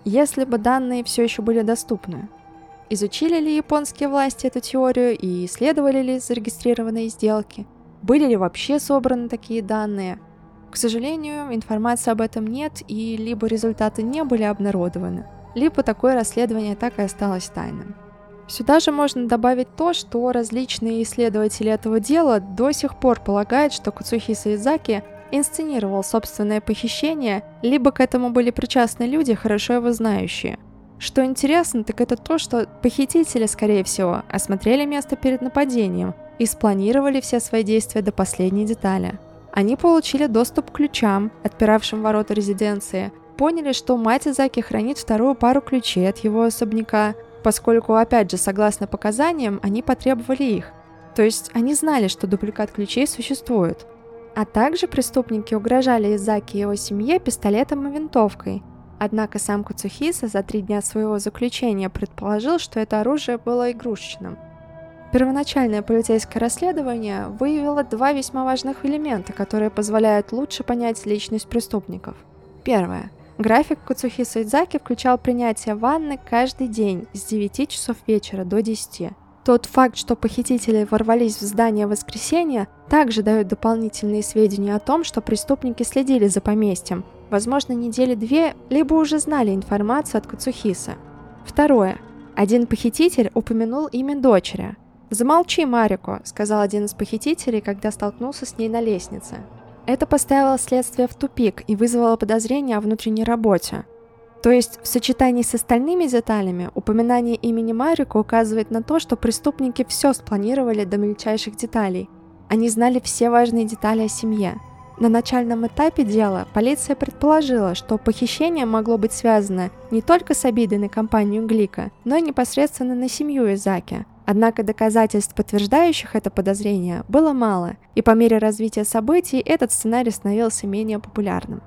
если бы данные все еще были доступны. Изучили ли японские власти эту теорию и исследовали ли зарегистрированные сделки? Были ли вообще собраны такие данные? К сожалению, информации об этом нет, и либо результаты не были обнародованы, либо такое расследование так и осталось тайным. Сюда же можно добавить то, что различные исследователи этого дела до сих пор полагают, что Кацухиса Идзаки инсценировал собственное похищение, либо к этому были причастны люди, хорошо его знающие. Что интересно, так это то, что похитители, скорее всего, осмотрели место перед нападением и спланировали все свои действия до последней детали. Они получили доступ к ключам, отпиравшим ворота резиденции, поняли, что мать Идзаки хранит вторую пару ключей от его особняка, поскольку, опять же, согласно показаниям, они потребовали их. То есть они знали, что дубликат ключей существует. А также преступники угрожали Идзаки и его семье пистолетом и винтовкой. Однако сам Кацухиса за 3 дня своего заключения предположил, что это оружие было игрушечным. Первоначальное полицейское расследование выявило 2 весьма важных элемента, которые позволяют лучше понять личность преступников. Первое. График Кацухиса Идзаки включал принятие ванны каждый день с 9 часов вечера до 10. Тот факт, что похитители ворвались в здание в воскресенье, также дает дополнительные сведения о том, что преступники следили за поместьем, возможно, недели 2, либо уже знали информацию от Кацухисы. Второе. Один похититель упомянул имя дочери. «Замолчи, Марико», — сказал один из похитителей, когда столкнулся с ней на лестнице. Это поставило следствие в тупик и вызвало подозрения о внутренней работе. То есть в сочетании с остальными деталями упоминание имени Марико указывает на то, что преступники все спланировали до мельчайших деталей. Они знали все важные детали о семье. На начальном этапе дела полиция предположила, что похищение могло быть связано не только с обидой на компанию Глика, но и непосредственно на семью Идзаки. Однако доказательств, подтверждающих это подозрение, было мало, и по мере развития событий этот сценарий становился менее популярным.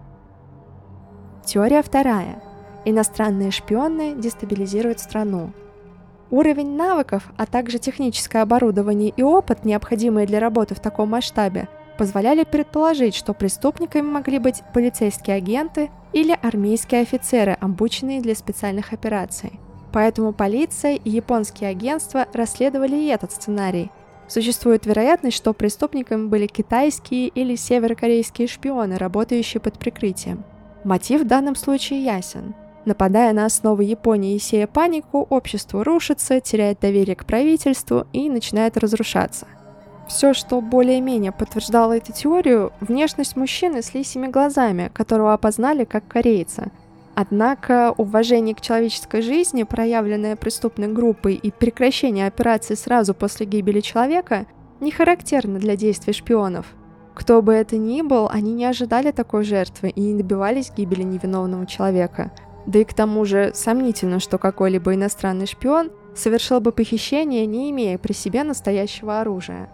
Теория вторая. Иностранные шпионы дестабилизируют страну. Уровень навыков, а также техническое оборудование и опыт, необходимые для работы в таком масштабе, позволяли предположить, что преступниками могли быть полицейские агенты или армейские офицеры, обученные для специальных операций. Поэтому полиция и японские агентства расследовали и этот сценарий. Существует вероятность, что преступниками были китайские или северокорейские шпионы, работающие под прикрытием. Мотив в данном случае ясен. Нападая на основы Японии и сея панику, общество рушится, теряет доверие к правительству и начинает разрушаться. Все, что более-менее подтверждало эту теорию, внешность мужчины с лисьими глазами, которого опознали как корейца. Однако уважение к человеческой жизни, проявленное преступной группой, и прекращение операции сразу после гибели человека, не характерно для действий шпионов. Кто бы это ни был, они не ожидали такой жертвы и не добивались гибели невиновного человека. Да и к тому же сомнительно, что какой-либо иностранный шпион совершил бы похищение, не имея при себе настоящего оружия.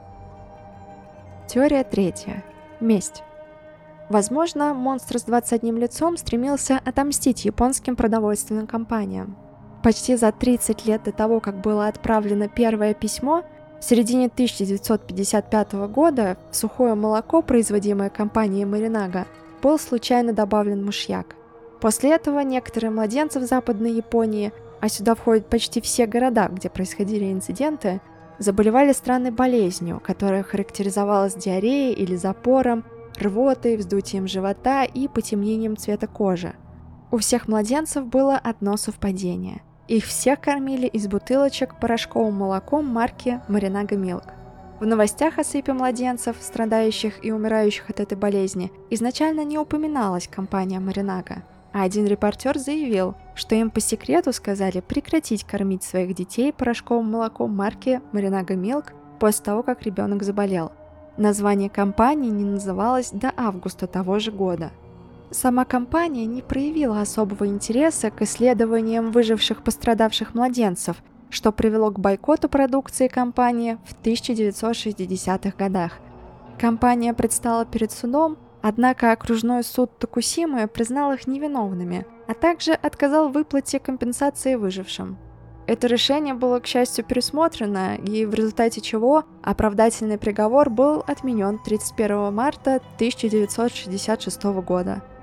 Теория третья. Месть. Возможно, монстр с 21 лицом стремился отомстить японским продовольственным компаниям. Почти за 30 лет до того, как было отправлено первое письмо, в середине 1955 года в сухое молоко, производимое компанией Morinaga, был случайно добавлен мышьяк. После этого некоторые младенцы в Западной Японии, а сюда входят почти все города, где происходили инциденты, заболевали странной болезнью, которая характеризовалась диареей или запором, рвотой, вздутием живота и потемнением цвета кожи. У всех младенцев было одно совпадение. Их всех кормили из бутылочек порошковым молоком марки Morinaga Milk. В новостях о сыпи младенцев, страдающих и умирающих от этой болезни, изначально не упоминалась компания Morinaga, а один репортер заявил, что им по секрету сказали прекратить кормить своих детей порошковым молоком марки Morinaga Milk после того, как ребенок заболел. Название компании не называлось до августа того же года. Сама компания не проявила особого интереса к исследованиям выживших пострадавших младенцев, что привело к бойкоту продукции компании в 1960-х годах. Компания предстала перед судом, однако окружной суд Токусимы признал их невиновными, а также отказал в выплате компенсации выжившим. Это решение было, к счастью, пересмотрено, и в результате чего оправдательный приговор был отменен 31 марта 1966 года.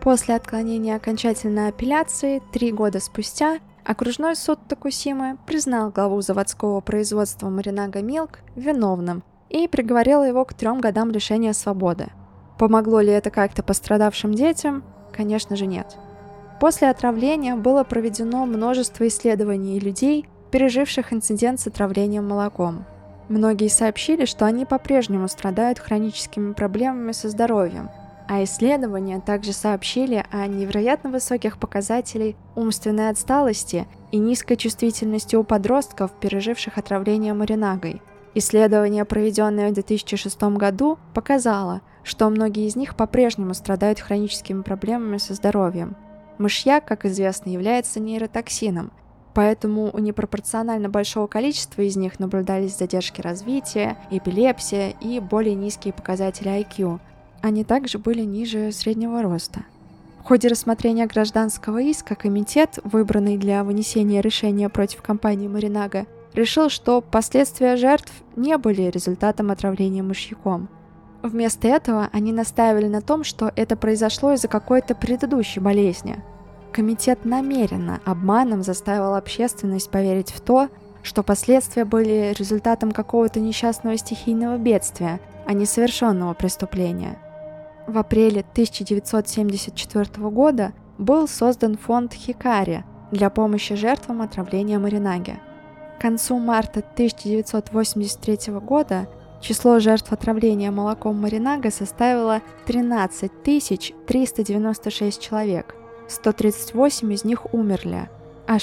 После отклонения окончательной апелляции 3 года спустя окружной суд Токусимы признал главу заводского производства Morinaga Milk виновным и приговорил его к 3 годам лишения свободы. Помогло ли это как-то пострадавшим детям? Конечно же нет. После отравления было проведено множество исследований людей, переживших инцидент с отравлением молоком. Многие сообщили, что они по-прежнему страдают хроническими проблемами со здоровьем, а исследования также сообщили о невероятно высоких показателях умственной отсталости и низкой чувствительности у подростков, переживших отравление Morинагой. Исследование, проведенное в 2006 году, показало, что многие из них по-прежнему страдают хроническими проблемами со здоровьем. Мышьяк, как известно, является нейротоксином, поэтому у непропорционально большого количества из них наблюдались задержки развития, эпилепсия и более низкие показатели IQ. Они также были ниже среднего роста. В ходе рассмотрения гражданского иска комитет, выбранный для вынесения решения против компании Morinaga, решил, что последствия жертв не были результатом отравления мышьяком. Вместо этого они настаивали на том, что это произошло из-за какой-то предыдущей болезни. Комитет намеренно обманом заставил общественность поверить в то, что последствия были результатом какого-то несчастного стихийного бедствия, а не совершенного преступления. В апреле 1974 года был создан фонд Хикари для помощи жертвам отравления Моринаги. К концу марта 1983 года число жертв отравления молоком Morinaga составило 13 396 человек, 138 из них умерли, а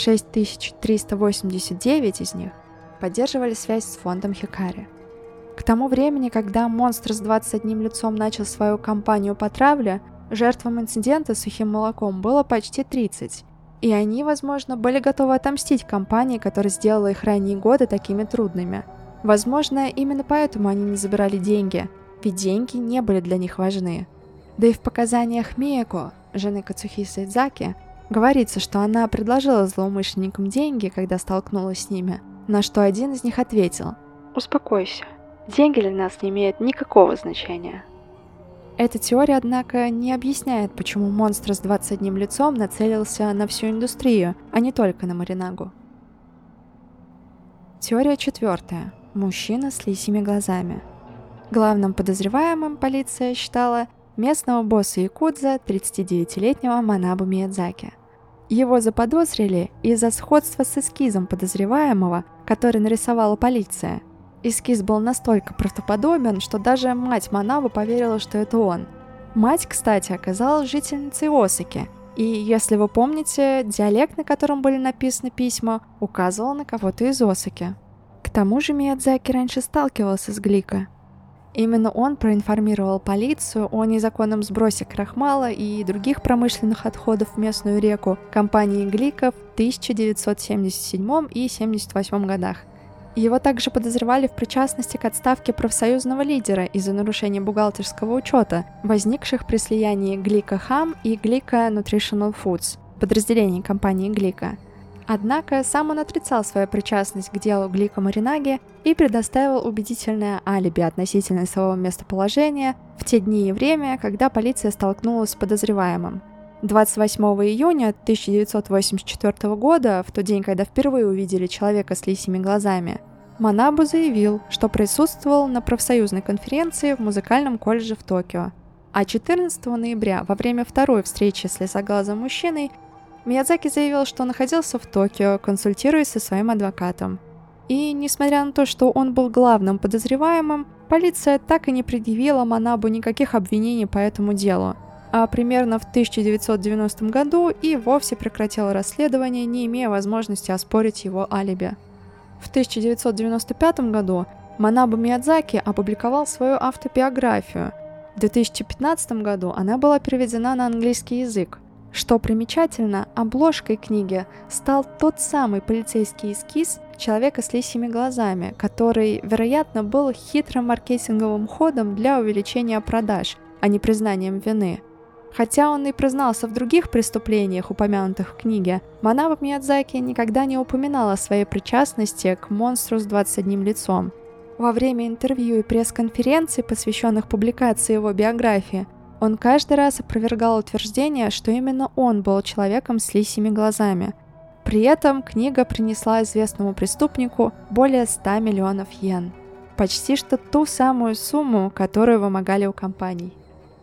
6389 из них поддерживали связь с фондом Хикари. К тому времени, когда монстр с 21 лицом начал свою кампанию по травле, жертвам инцидента с сухим молоком было почти 30, и они, возможно, были готовы отомстить компании, которая сделала их ранние годы такими трудными. Возможно, именно поэтому они не забирали деньги, ведь деньги не были для них важны. Да и в показаниях Миеко, жены Кацухисы Идзаки, говорится, что она предложила злоумышленникам деньги, когда столкнулась с ними, на что один из них ответил: «Успокойся, деньги для нас не имеют никакого значения». Эта теория, однако, не объясняет, почему монстр с 21 лицом нацелился на всю индустрию, а не только на Morinaga. Теория 4. Мужчина с лисьими глазами. Главным подозреваемым полиция считала местного босса якудза 39-летнего Манабу Миядзаки. Его заподозрили из-за сходства с эскизом подозреваемого, который нарисовала полиция. Эскиз был настолько правдоподобен, что даже мать Манабу поверила, что это он. Мать, кстати, оказалась жительницей Осаки, и, если вы помните, диалект, на котором были написаны письма, указывал на кого-то из Осаки. К тому же Миядзаки раньше сталкивался с Глика. Именно он проинформировал полицию о незаконном сбросе крахмала и других промышленных отходов в местную реку компании Глика в 1977 и 1978 годах. Его также подозревали в причастности к отставке профсоюзного лидера из-за нарушения бухгалтерского учета, возникших при слиянии Глика Ham и Глика Nutritional Foods, подразделений компании Глика. Однако сам он отрицал свою причастность к делу Глика Morinaga и предоставил убедительное алиби относительно своего местоположения в те дни и время, когда полиция столкнулась с подозреваемым. 28 июня 1984 года, в тот день, когда впервые увидели человека с лисьими глазами, Манабу заявил, что присутствовал на профсоюзной конференции в музыкальном колледже в Токио. А 14 ноября, во время второй встречи с лисоглазым мужчиной, Миядзаки заявил, что находился в Токио, консультируясь со своим адвокатом. И, несмотря на то, что он был главным подозреваемым, полиция так и не предъявила Манабу никаких обвинений по этому делу. А примерно в 1990 году и вовсе прекратила расследование, не имея возможности оспорить его алиби. В 1995 году Манабу Миядзаки опубликовал свою автобиографию. В 2015 году она была переведена на английский язык. Что примечательно, обложкой книги стал тот самый полицейский эскиз человека с лисьими глазами, который, вероятно, был хитрым маркетинговым ходом для увеличения продаж, а не признанием вины. Хотя он и признался в других преступлениях, упомянутых в книге, Манабу Миядзаки никогда не упоминал о своей причастности к монстру с 21 лицом. Во время интервью и пресс-конференций, посвященных публикации его биографии, Он каждый раз опровергал утверждение, что именно он был человеком с лисьими глазами. При этом книга принесла известному преступнику более 100 миллионов йен. Почти что ту самую сумму, которую вымогали у компаний.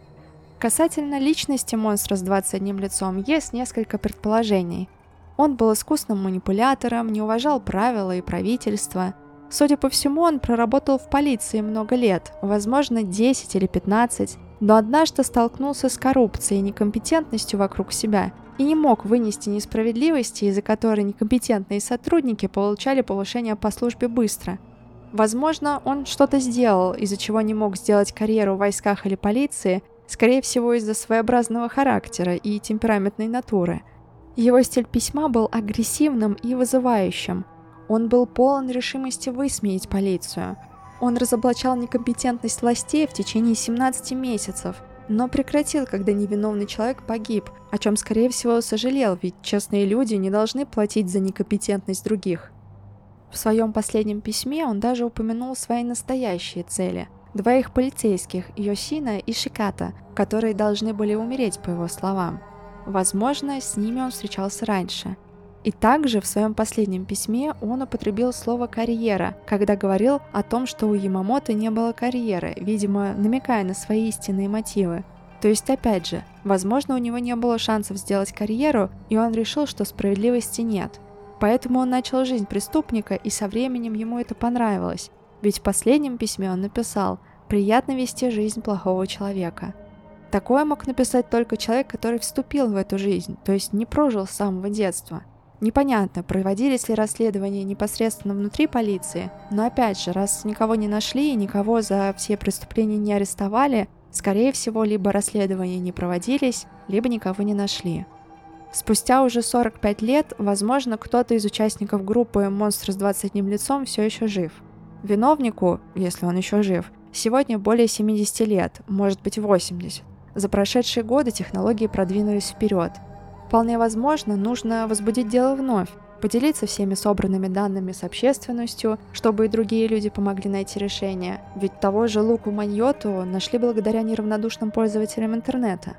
Касательно личности монстра с 21 лицом есть несколько предположений. Он был искусным манипулятором, не уважал правила и правительство. Судя по всему, он проработал в полиции много лет, возможно, 10 или 15, но однажды столкнулся с коррупцией и некомпетентностью вокруг себя и не мог вынести несправедливости, из-за которой некомпетентные сотрудники получали повышение по службе быстро. Возможно, он что-то сделал, из-за чего не мог сделать карьеру в войсках или полиции, скорее всего, из-за своеобразного характера и темпераментной натуры. Его стиль письма был агрессивным и вызывающим. Он был полон решимости высмеять полицию. Он разоблачал некомпетентность властей в течение 17 месяцев, но прекратил, когда невиновный человек погиб, о чем, скорее всего, сожалел, ведь честные люди не должны платить за некомпетентность других. В своем последнем письме он даже упомянул свои настоящие цели – 2 полицейских, Йосина и Шиката, которые должны были умереть, по его словам. Возможно, с ними он встречался раньше. И также в своем последнем письме он употребил слово «карьера», когда говорил о том, что у Ямамото не было карьеры, видимо, намекая на свои истинные мотивы. То есть, опять же, возможно, у него не было шансов сделать карьеру, и он решил, что справедливости нет. Поэтому он начал жизнь преступника, и со временем ему это понравилось. Ведь в последнем письме он написал «приятно вести жизнь плохого человека». Такое мог написать только человек, который вступил в эту жизнь, то есть не прожил с самого детства. Непонятно, проводились ли расследования непосредственно внутри полиции, но опять же, раз никого не нашли и никого за все преступления не арестовали, скорее всего, либо расследования не проводились, либо никого не нашли. Спустя уже 45 лет, возможно, кто-то из участников группы «Монстр с 21 лицом» все еще жив. Виновнику, если он еще жив, сегодня более 70 лет, может быть 80. За прошедшие годы технологии продвинулись вперед. Вполне возможно, нужно возбудить дело вновь, поделиться всеми собранными данными с общественностью, чтобы и другие люди помогли найти решение, ведь того же Луку Маньоту нашли благодаря неравнодушным пользователям интернета.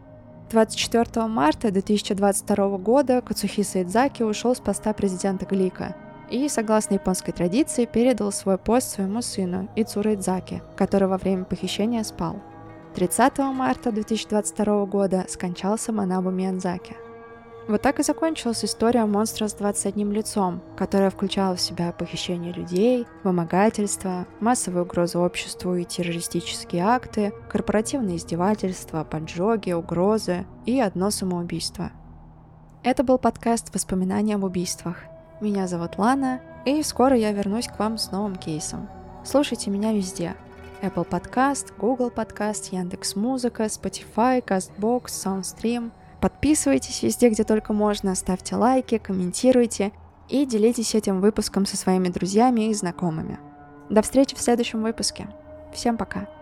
24 марта 2022 года Кацухиса Идзаки ушел с поста президента Глика и, согласно японской традиции, передал свой пост своему сыну Ицуро Идзаки, который во время похищения спал. 30 марта 2022 года скончался Манабу Миядзаки. Вот так и закончилась история монстра с 21 лицом, которая включала в себя похищение людей, вымогательство, массовую угрозу обществу и террористические акты, корпоративные издевательства, поджоги, угрозы и одно самоубийство. Это был подкаст «Воспоминания об убийствах». Меня зовут Лана, и скоро я вернусь к вам с новым кейсом. Слушайте меня везде. Apple Podcast, Google Podcast, Яндекс.Музыка, Spotify, CastBox, SoundStream. Подписывайтесь везде, где только можно, ставьте лайки, комментируйте и делитесь этим выпуском со своими друзьями и знакомыми. До встречи в следующем выпуске. Всем пока!